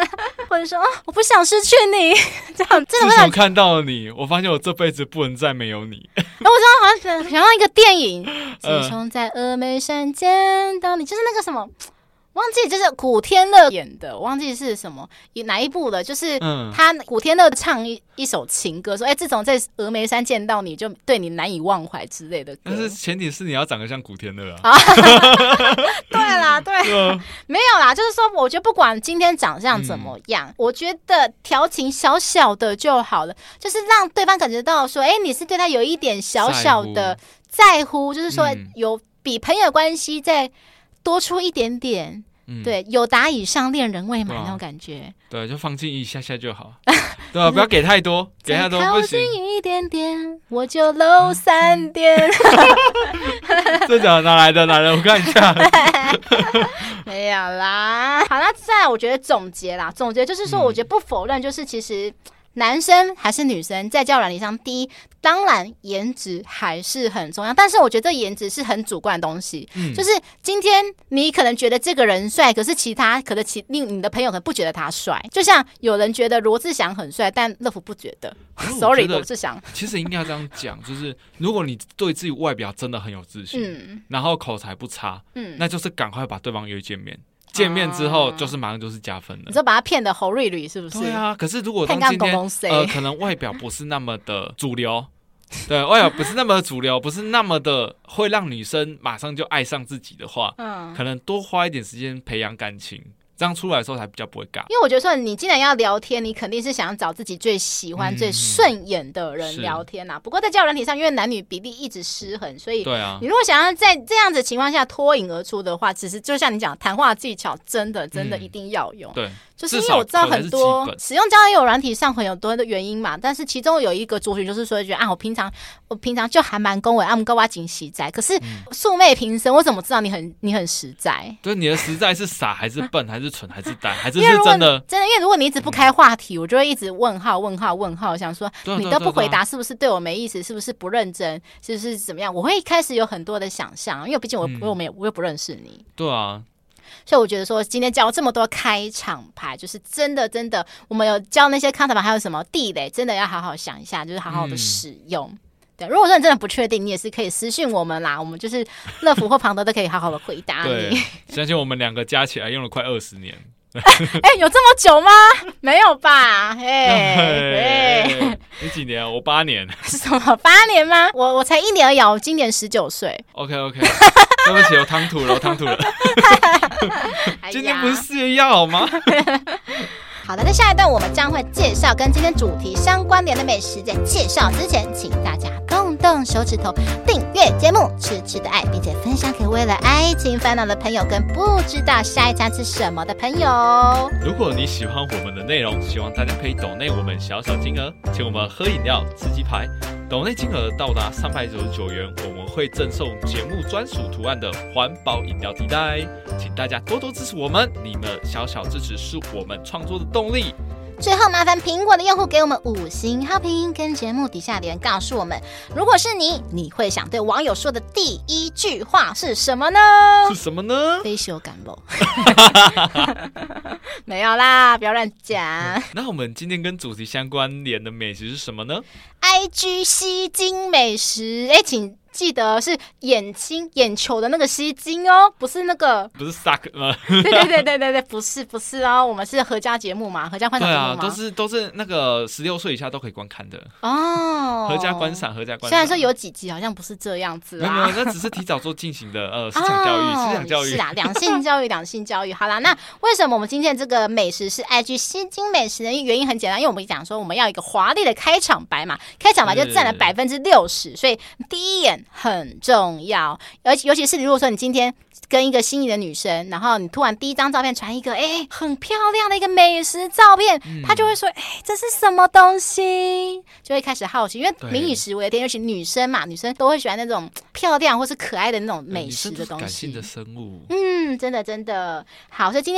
或者说、哦、我不想失去你，这样真的自从看到了你，我发现我这辈子不能再没有你。 然后我知道好像想到一个电影，自从在峨眉山见到你，就是那个什么。忘记就是古天乐演的，我忘记是什么哪一部了。就是他古天乐唱 一, 一首情歌，说：“哎、欸，自从在峨眉山见到你，就对你难以忘怀之类的歌。” 但是前提是你要长得像古天乐啊。 对啦，对啦，没有啦，就是说，我觉得不管今天长相怎么样，嗯、我觉得调情小小的就好了，就是让对方感觉到说，哎、欸，你是对他有一点小小的在乎，在乎就是说有比朋友关系在。多出一点点，嗯、对，有达以上恋人未满那种感觉。 对，就放进一下下就好，对吧、啊？不要给太多，给太多不行。靠近一点点，我就漏三点。 这讲哪来的？哪来的？我看一下。 没有啦。好，那再来，我觉得总结啦，总结就是说，我觉得不否认，就是其实。男生还是女生，在交友软体上，第一，当然颜值还是很重要，但是我觉得这颜值是很主观的东西。嗯，就是今天你可能觉得这个人帅，可是其他可能其你的朋友可能不觉得他帅。就像有人觉得罗志祥很帅，但乐福不觉得。Sorry， 罗志祥。 其实应该这样讲，就是如果你对自己外表真的很有自信，嗯，然后口才不差，嗯，那就是赶快把对方约见面。见面之后就是马上就是加分了， 你说把他骗的侯瑞瑞是不是？ 对啊，可是如果当今天呃可能外表不是那么的主流，对，外表不是那么的主流，不是那么的会让女生马上就爱上自己的话，嗯，可能多花一点时间培养感情。这样出来的时候才比较不会尬， 因为我觉得说你既然要聊天，你肯定是想找自己最喜欢、嗯、最顺眼的人聊天啊。不过在交友软体上，因为男女比例一直失衡，所以对啊，你如果想要在这样子的情况下脱颖而出的话，其实就像你讲，谈话技巧真的真的一定要用。嗯、对。就是因为我知道很多使用交友软体上很有多的原因嘛，但是其中有一个族群就是说，觉得啊，我平常我平常就还蛮恭维，啊，我跟我真实在，可是素昧平生，我怎么知道你很你很实在？ 对，你的实在是傻还是笨还是蠢还是呆还是是真的？ 真的，因为如果你一直不开话题，我就会一直问号问号问号，想说你都不回答，是不是对我没意思？是不是不认真？是不是怎么样？我会开始有很多的想象，因为毕竟我我没有我又不认识你。 对啊。 所以我觉得说，今天教这么多开场牌，就是真的真的，我们有教那些开场牌，还有什么地雷，真的要好好想一下，就是好好的使用。嗯、对，如果说你真的不确定，你也是可以私讯我们啦，我们就是乐福或庞德都可以好好的回答你。 对，相信我们两个加起来用了快二十年。 哎、欸，有这么久吗？没有吧？哎、 欸，你几年？我八年。 什么八年吗？我我才一年而已，我今年十九岁。 OK OK， 对不起，我唐突了，我唐突了。今天不是四月一号好吗？ 好的，那下一段我们将会介绍跟今天主题相关联的美食。在介绍之前，请大家动动手指头订阅节目《痴痴的爱》，并且分享给为了爱情烦恼的朋友，跟不知道下一餐吃什么的朋友。 如果你喜欢我们的内容，希望大家可以抖内我们小小金额，请我们喝饮料、吃鸡排。抖内金额到达三百九十九元，我们会赠送节目专属图案的环保饮料提袋，请大家多多支持我们，你们小小支持是我们创作的动力。 最后麻烦苹果的用户给我们五星好评，跟节目底下留言告诉我们，如果是你，你会想对网友说的第一句话是什么呢？ 是什么呢？ 非修感冒。没有啦，不要乱讲。 那我们今天跟主题相关联的美食是什么呢？ I G 吸睛美食，哎，请记得是眼睛眼球的那个吸睛哦，不是那个， 不是 suck 吗？ 对对对对对对，不是不是哦，我们是合家节目嘛，合家观赏节目嘛， 对啊，都是都是那个十六岁以下都可以观看的哦，合家观赏，合家观赏。 虽然说有几集好像不是这样子啦， 没有，那只是提早做进行的呃市场教育，哦、市场教育是啊，两性教育，两性教育。好啦，那为什么我们今天这个美食是 I G 吸睛美食呢？原因很简单，因为我们讲说我们要一个华丽的开场白嘛，开场白就占了百分之六十，所以第一眼很重要，而且尤其是如果说你今天跟一个心仪的女生，然后你突然第一张照片传一个哎很漂亮的一个美食照片，嗯、她就会说哎这是什么东西，就会开始好奇，因为民以食为天，尤其女生嘛，女生都会喜欢那种漂亮或是可爱的那种美食的东西。 感性的生物， 嗯，真的真的好，所以今天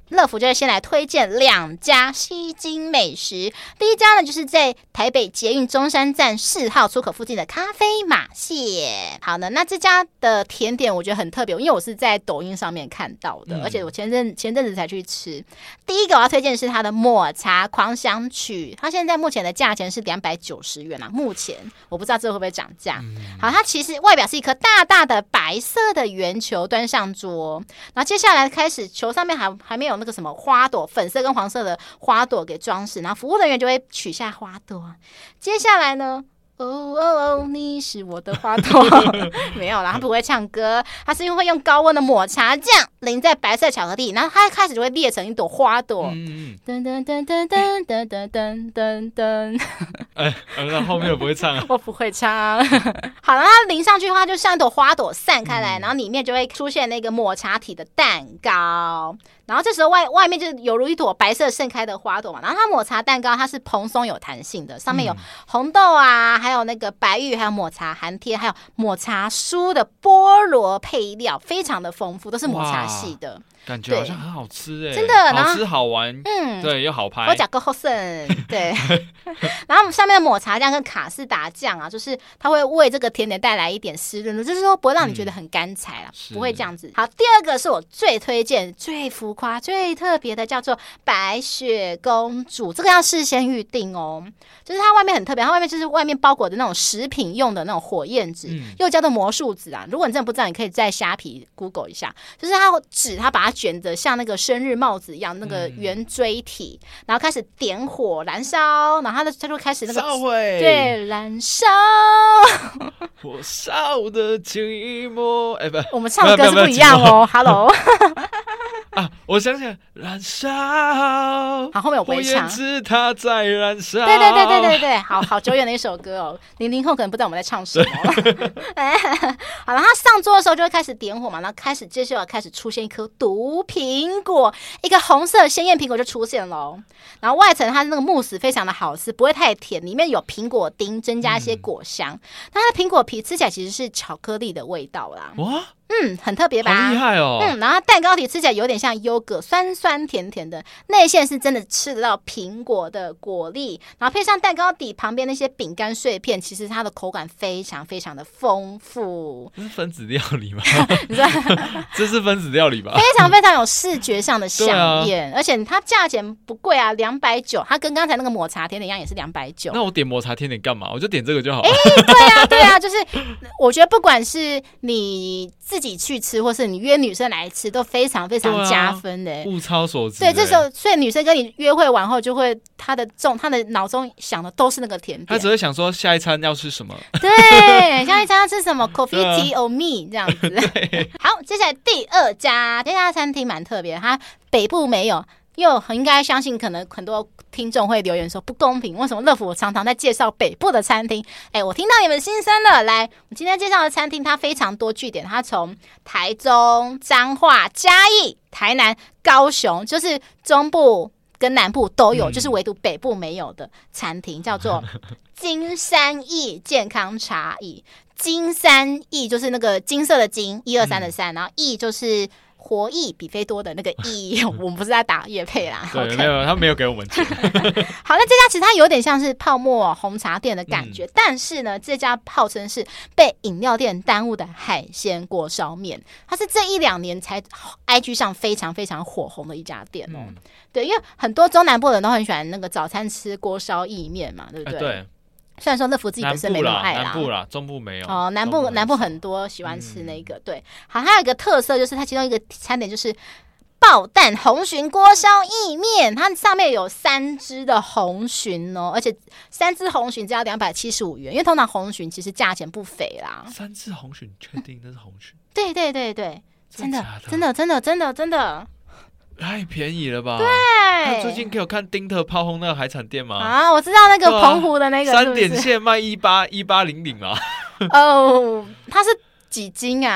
乐福就会先来推荐两家吸睛美食。第一家呢，就是在台北捷运中山站四号出口附近的咖啡马蟹。好呢，那这家的甜点我觉得很特别，因为我是在抖音上面看到的，嗯、而且我前阵前阵子才去吃。第一个我要推荐的是它的抹茶狂想曲，它现在目前的价钱是两百九十元啊，目前我不知道这会不会涨价。嗯、好，它其实外表是一颗大大的白色的圆球端上桌，然后接下来开始球上面还还没有那个什么花朵，粉色跟黄色的花朵给装饰，然后服务人员就会取下花朵。接下来呢？哦哦哦，你是我的花朵，没有啦，他不会唱歌，他是因为会用高温的抹茶酱淋在白色巧克力，然后他开始就会裂成一朵花朵。噔噔噔噔噔噔噔噔噔噔。 哎，那后面我不会唱啊， 我不会唱。好了，它淋上去的话，就像一朵花朵散开来，然后里面就会出现那个抹茶体的蛋糕。然后这时候外外面就有如一朵白色盛开的花朵嘛，然后它抹茶蛋糕它是蓬松有弹性的，上面有红豆啊，还有那个白玉，还有抹茶寒贴，还有抹茶酥的菠萝配料，非常的丰富，都是抹茶系的。 感觉好像很好吃哎、欸， 真的， 好吃好玩，嗯，对，又好拍。 我讲个好胜，对。然后上面的抹茶酱跟卡士达酱啊，就是它会为这个甜点带来一点湿润，就是说不会让你觉得很干柴啦，嗯、不会这样子。好，第二个是我最推荐、最浮夸、最特别的，叫做白雪公主，这个要事先预定哦。就是它外面很特别，它外面就是外面包裹的那种食品用的那种火焰纸，嗯、又叫做魔术纸啊。如果你真的不知道，你可以在虾皮 Google 一下，就是它纸，它把它卷着像那个生日帽子一样，那个圆锥体，嗯、然后开始点火燃烧，然后它就它就开始那个烧毁， 对，燃烧， 火烧的寂寞。哎、欸，不， 我们唱的歌是不一样哦。Hello， 啊，我想起来，燃烧。 好，后面我不会唱。 是它在燃烧。 对对对对对对，好好久远的一首歌哦。零零后可能不知道我们在唱什么。好了，它上桌的时候就会开始点火嘛，然后开始接下来开始出现一颗毒苹果，一个红色鲜艳苹果就出现了。然后外层它那个慕斯非常的好吃，不会太甜，里面有苹果丁，增加一些果香。嗯、那它的苹果皮吃起来其实是巧克力的味道啦。 哇！ 嗯，很特别吧？ 好厉害哦！ 嗯，然后蛋糕体吃起来有点像优格，酸酸甜甜的，内馅是真的吃得到苹果的果粒，然后配上蛋糕底旁边那些饼干碎片，其实它的口感非常非常的丰富。 这是分子料理吗？这是分子料理吧？ 非常非常有视觉上的响应，啊、而且它价钱不贵啊，两百九，它跟刚才那个抹茶甜点一样，也是两百九。 那我点抹茶甜点干嘛？我就点这个就好了。 哎、欸，对啊，对啊，就是我觉得不管是你自己去吃，或是你约女生来吃，都非常非常加分的、欸。 物超所值、 欸。对，这时候所以女生跟你约会完后，就会她的中她的脑中想的都是那个甜点， 她只会想说下一餐要吃什么。 对，下一餐要吃什么 ？Coffee tea or me 这样子。好，接下来第二家，这家餐厅蛮特别，它北部没有。因为我应该相信，可能很多听众会留言说不公平，为什么乐福我常常在介绍北部的餐厅？哎，我听到你们心声了。来，我今天介绍的餐厅，它非常多据点，它从台中、彰化、嘉义、台南、高雄，就是中部跟南部都有，嗯、就是唯独北部没有的餐厅，叫做金山义健康茶艺。金山义就是那个金色的金，一二三的三，然后义就是活益比菲多的那个益，我们不是在打业配啦。 对， okay 没有，他没有给我们钱。 好，那这家其实它有点像是泡沫红茶店的感觉，嗯、但是呢，这家号称是被饮料店耽误的海鲜锅烧面，它是这一两年才 I G 上非常非常火红的一家店哦。嗯、对，因为很多中南部人都很喜欢那个早餐吃锅烧意面嘛，对不对？欸、对。虽然说乐福自己本身没那么爱啦， 南部啦，中部没有哦。南部南部很多喜欢吃那个，嗯、对。好，还有一个特色就是它其中一个餐点就是爆蛋红鲟锅烧意面，它上面有三只的红鲟哦，而且三只红鲟只要两百七十五元，因为通常红鲟其实价钱不菲啦。 三只红鲟，确定那是红鲟？ 对对对对，真的真的真的真的真的。 太便宜了吧？ 对， 他最近给我看丁特炮轰那个海产店吗？ 啊，我知道那个澎湖的那个三点线卖一八一八零零啊。 哦，它是几斤啊？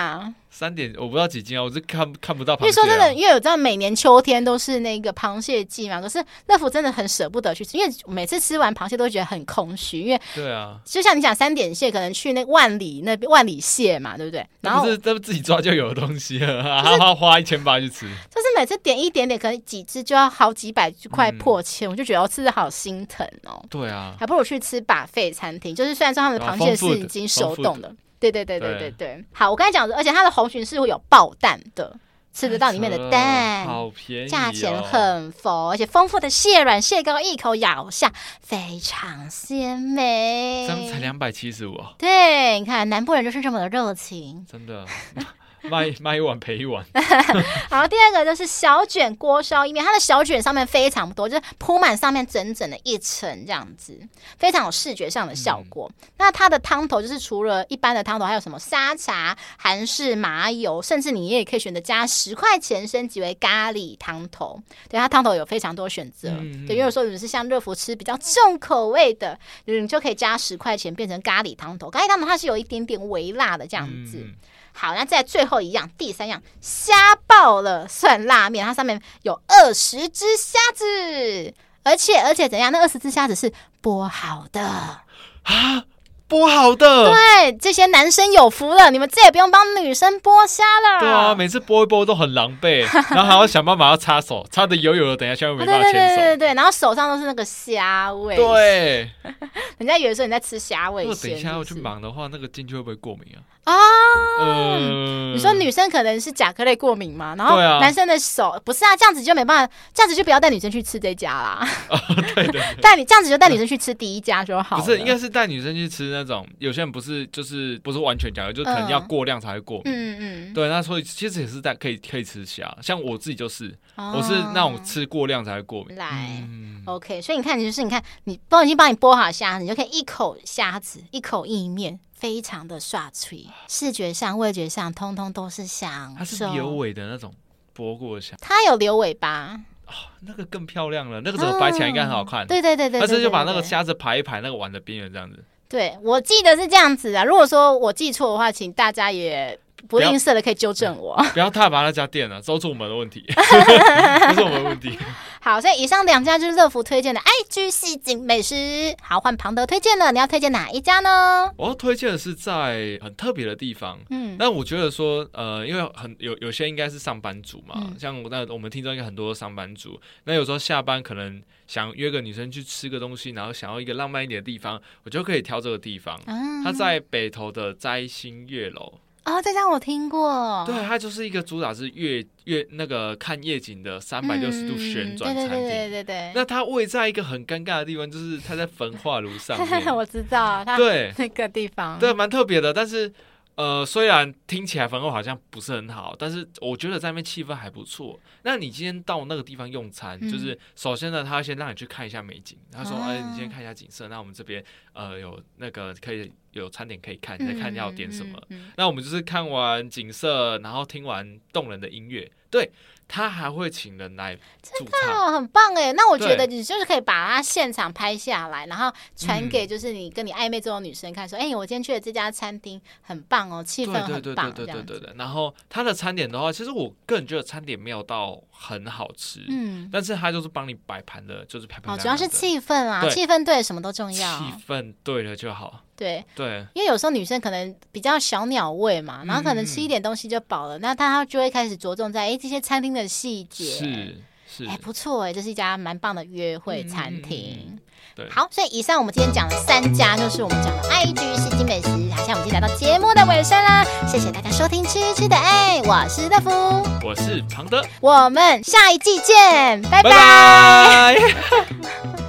三点我不知道几斤啊，我是看看不到螃蟹、啊。 因为说真的，因为我知道每年秋天都是那个螃蟹季嘛，可是乐福真的很舍不得去吃，因为每次吃完螃蟹都会觉得很空虚，因为对啊， 就像你讲三点蟹，可能去那万里那边万里蟹嘛，对不对？然后不是这自己抓就有的东西了，还要花一千八去吃， 就是每次点一点点，可能几只就要好几百块破千、嗯，我就觉得我吃的好心疼哦。 对啊， 还不如去吃buffet餐厅，就是虽然说他们的螃蟹是已经熟冻的。对对对对对对，好，我刚才讲的，而且它的红鲟是会有爆蛋的，吃得到里面的蛋， 好便宜、哦， 价钱很佛，而且丰富的蟹卵、蟹膏一口咬下，非常鲜美。 这样才两百七十五哦。 对，你看南部人就是这么的热情， 真的。卖卖一碗赔一碗。 好，第二个就是小卷锅烧意面，它的小卷上面非常多，就是铺满上面整整的一层这样子，非常有视觉上的效果。嗯、那它的汤头就是除了一般的汤头，还有什么沙茶、韩式麻油，甚至你也可以选择加十块钱升级为咖喱汤头。对，它汤头有非常多选择。嗯、对，因为有时候你是像热福吃比较重口味的，你就可以加十块钱变成咖喱汤头。咖喱汤头它是有一点点微辣的这样子。嗯，好，那再最后一样，第三样，虾爆了蒜辣面，它上面有二十只虾子，而且而且怎样？那二十只虾子是剥好的啊，剥好的。 对，这些男生有福了，你们再也不用帮女生剥虾了。 对啊，每次剥一剥都很狼狈，然后还要想办法要擦手，擦的油油的，等一下下面没办法牵手。 对对对对，然后手上都是那个虾味。 对， 人家以为说你在吃虾味鲜。 如果等一下要去忙的话，那个进去会不会过敏啊？ 啊、哦嗯， 你说女生可能是甲壳类过敏嘛，然后男生的手、啊、不是啊，这样子就没办法，这样子就不要带女生去吃这家啦。 哦，对对， 带你这样子就带女生去吃第一家就好了。 不是，应该是带女生去吃那种，有些人不是就是不是完全甲壳，就可能要过量才会过敏。嗯嗯，对，那所以其实也是带可以可以吃虾，像我自己就是，哦、我是那种吃过量才会过敏。 来、嗯、，OK， 所以你看，就是你看，你都已经帮你剥好虾子，你就可以一口虾子，一口意面。非常的刷脆，视觉上、味觉上，通通都是香。 它是留尾的那种剥过的虾， 它有留尾巴、 哦，那个更漂亮了，那个怎么摆起来应该很好看。 嗯、对对对 对, 对, 对, 对, 对, 对, 对， 但是就把那个虾子排一排，那个碗的边缘这样子。 对，我记得是这样子啊。如果说我记错的话，请大家也不吝啬的可以纠正我。 不要太把那家店了，都是我们的问题，不是我们的问题。 好，所以以上两家就是乐福推荐的 I G 西景美食。好，换庞德推荐了，你要推荐哪一家呢？ 我要推荐的是在很特别的地方，嗯，但我觉得说，呃，因为很有有些应该是上班族嘛，嗯、像那我们听众应该很多上班族，那有时候下班可能想约个女生去吃个东西，然后想要一个浪漫一点的地方，我就可以挑这个地方。嗯、它在北投的摘星月楼。 哦，这家我听过。 对，它就是一个主打是月月那个看夜景的三百六十度旋转餐厅。 对对对对对。 那它位在一个很尴尬的地方，就是它在焚化炉上面。 我知道，它对那个地方， 对，蛮特别的。但是呃，虽然听起来焚化好像不是很好，但是我觉得在那边气氛还不错。那你今天到那个地方用餐，嗯、就是首先呢，他先让你去看一下美景。他说：“哎、啊欸，你先看一下景色。那我们这边呃有那个可以。”有餐点可以看，你再看要点什么、嗯嗯嗯。那我们就是看完景色，然后听完动人的音乐，对他还会请人来驻唱， 真的很棒哎。那我觉得你就是可以把它现场拍下来，然后传给就是你跟你暧昧中的女生看，说：“哎、嗯欸，我今天去的这家餐厅很棒哦，气氛很棒。” 对对对对对对。然后他的餐点的话，其实我个人觉得餐点没有到很好吃，嗯，但是他就是帮你摆盘的，就是漂漂亮亮的。哦， 主要是气氛啊，气氛对什么都重要， 气氛对了就好。 对对， 因为有时候女生可能比较小鸟胃嘛，然后可能吃一点东西就饱了，嗯、那她就会开始着重在哎这些餐厅的细节， 是是， 哎不错哎，这是一家蛮棒的约会餐厅。嗯、 对， 好，所以以上我们今天讲了三家，就是我们讲的 I G 西景美食。好像我们已经来到节目的尾声啦，谢谢大家收听《吃吃的爱》，我是乐福， 我是庞德， 我们下一季见，拜拜。 拜拜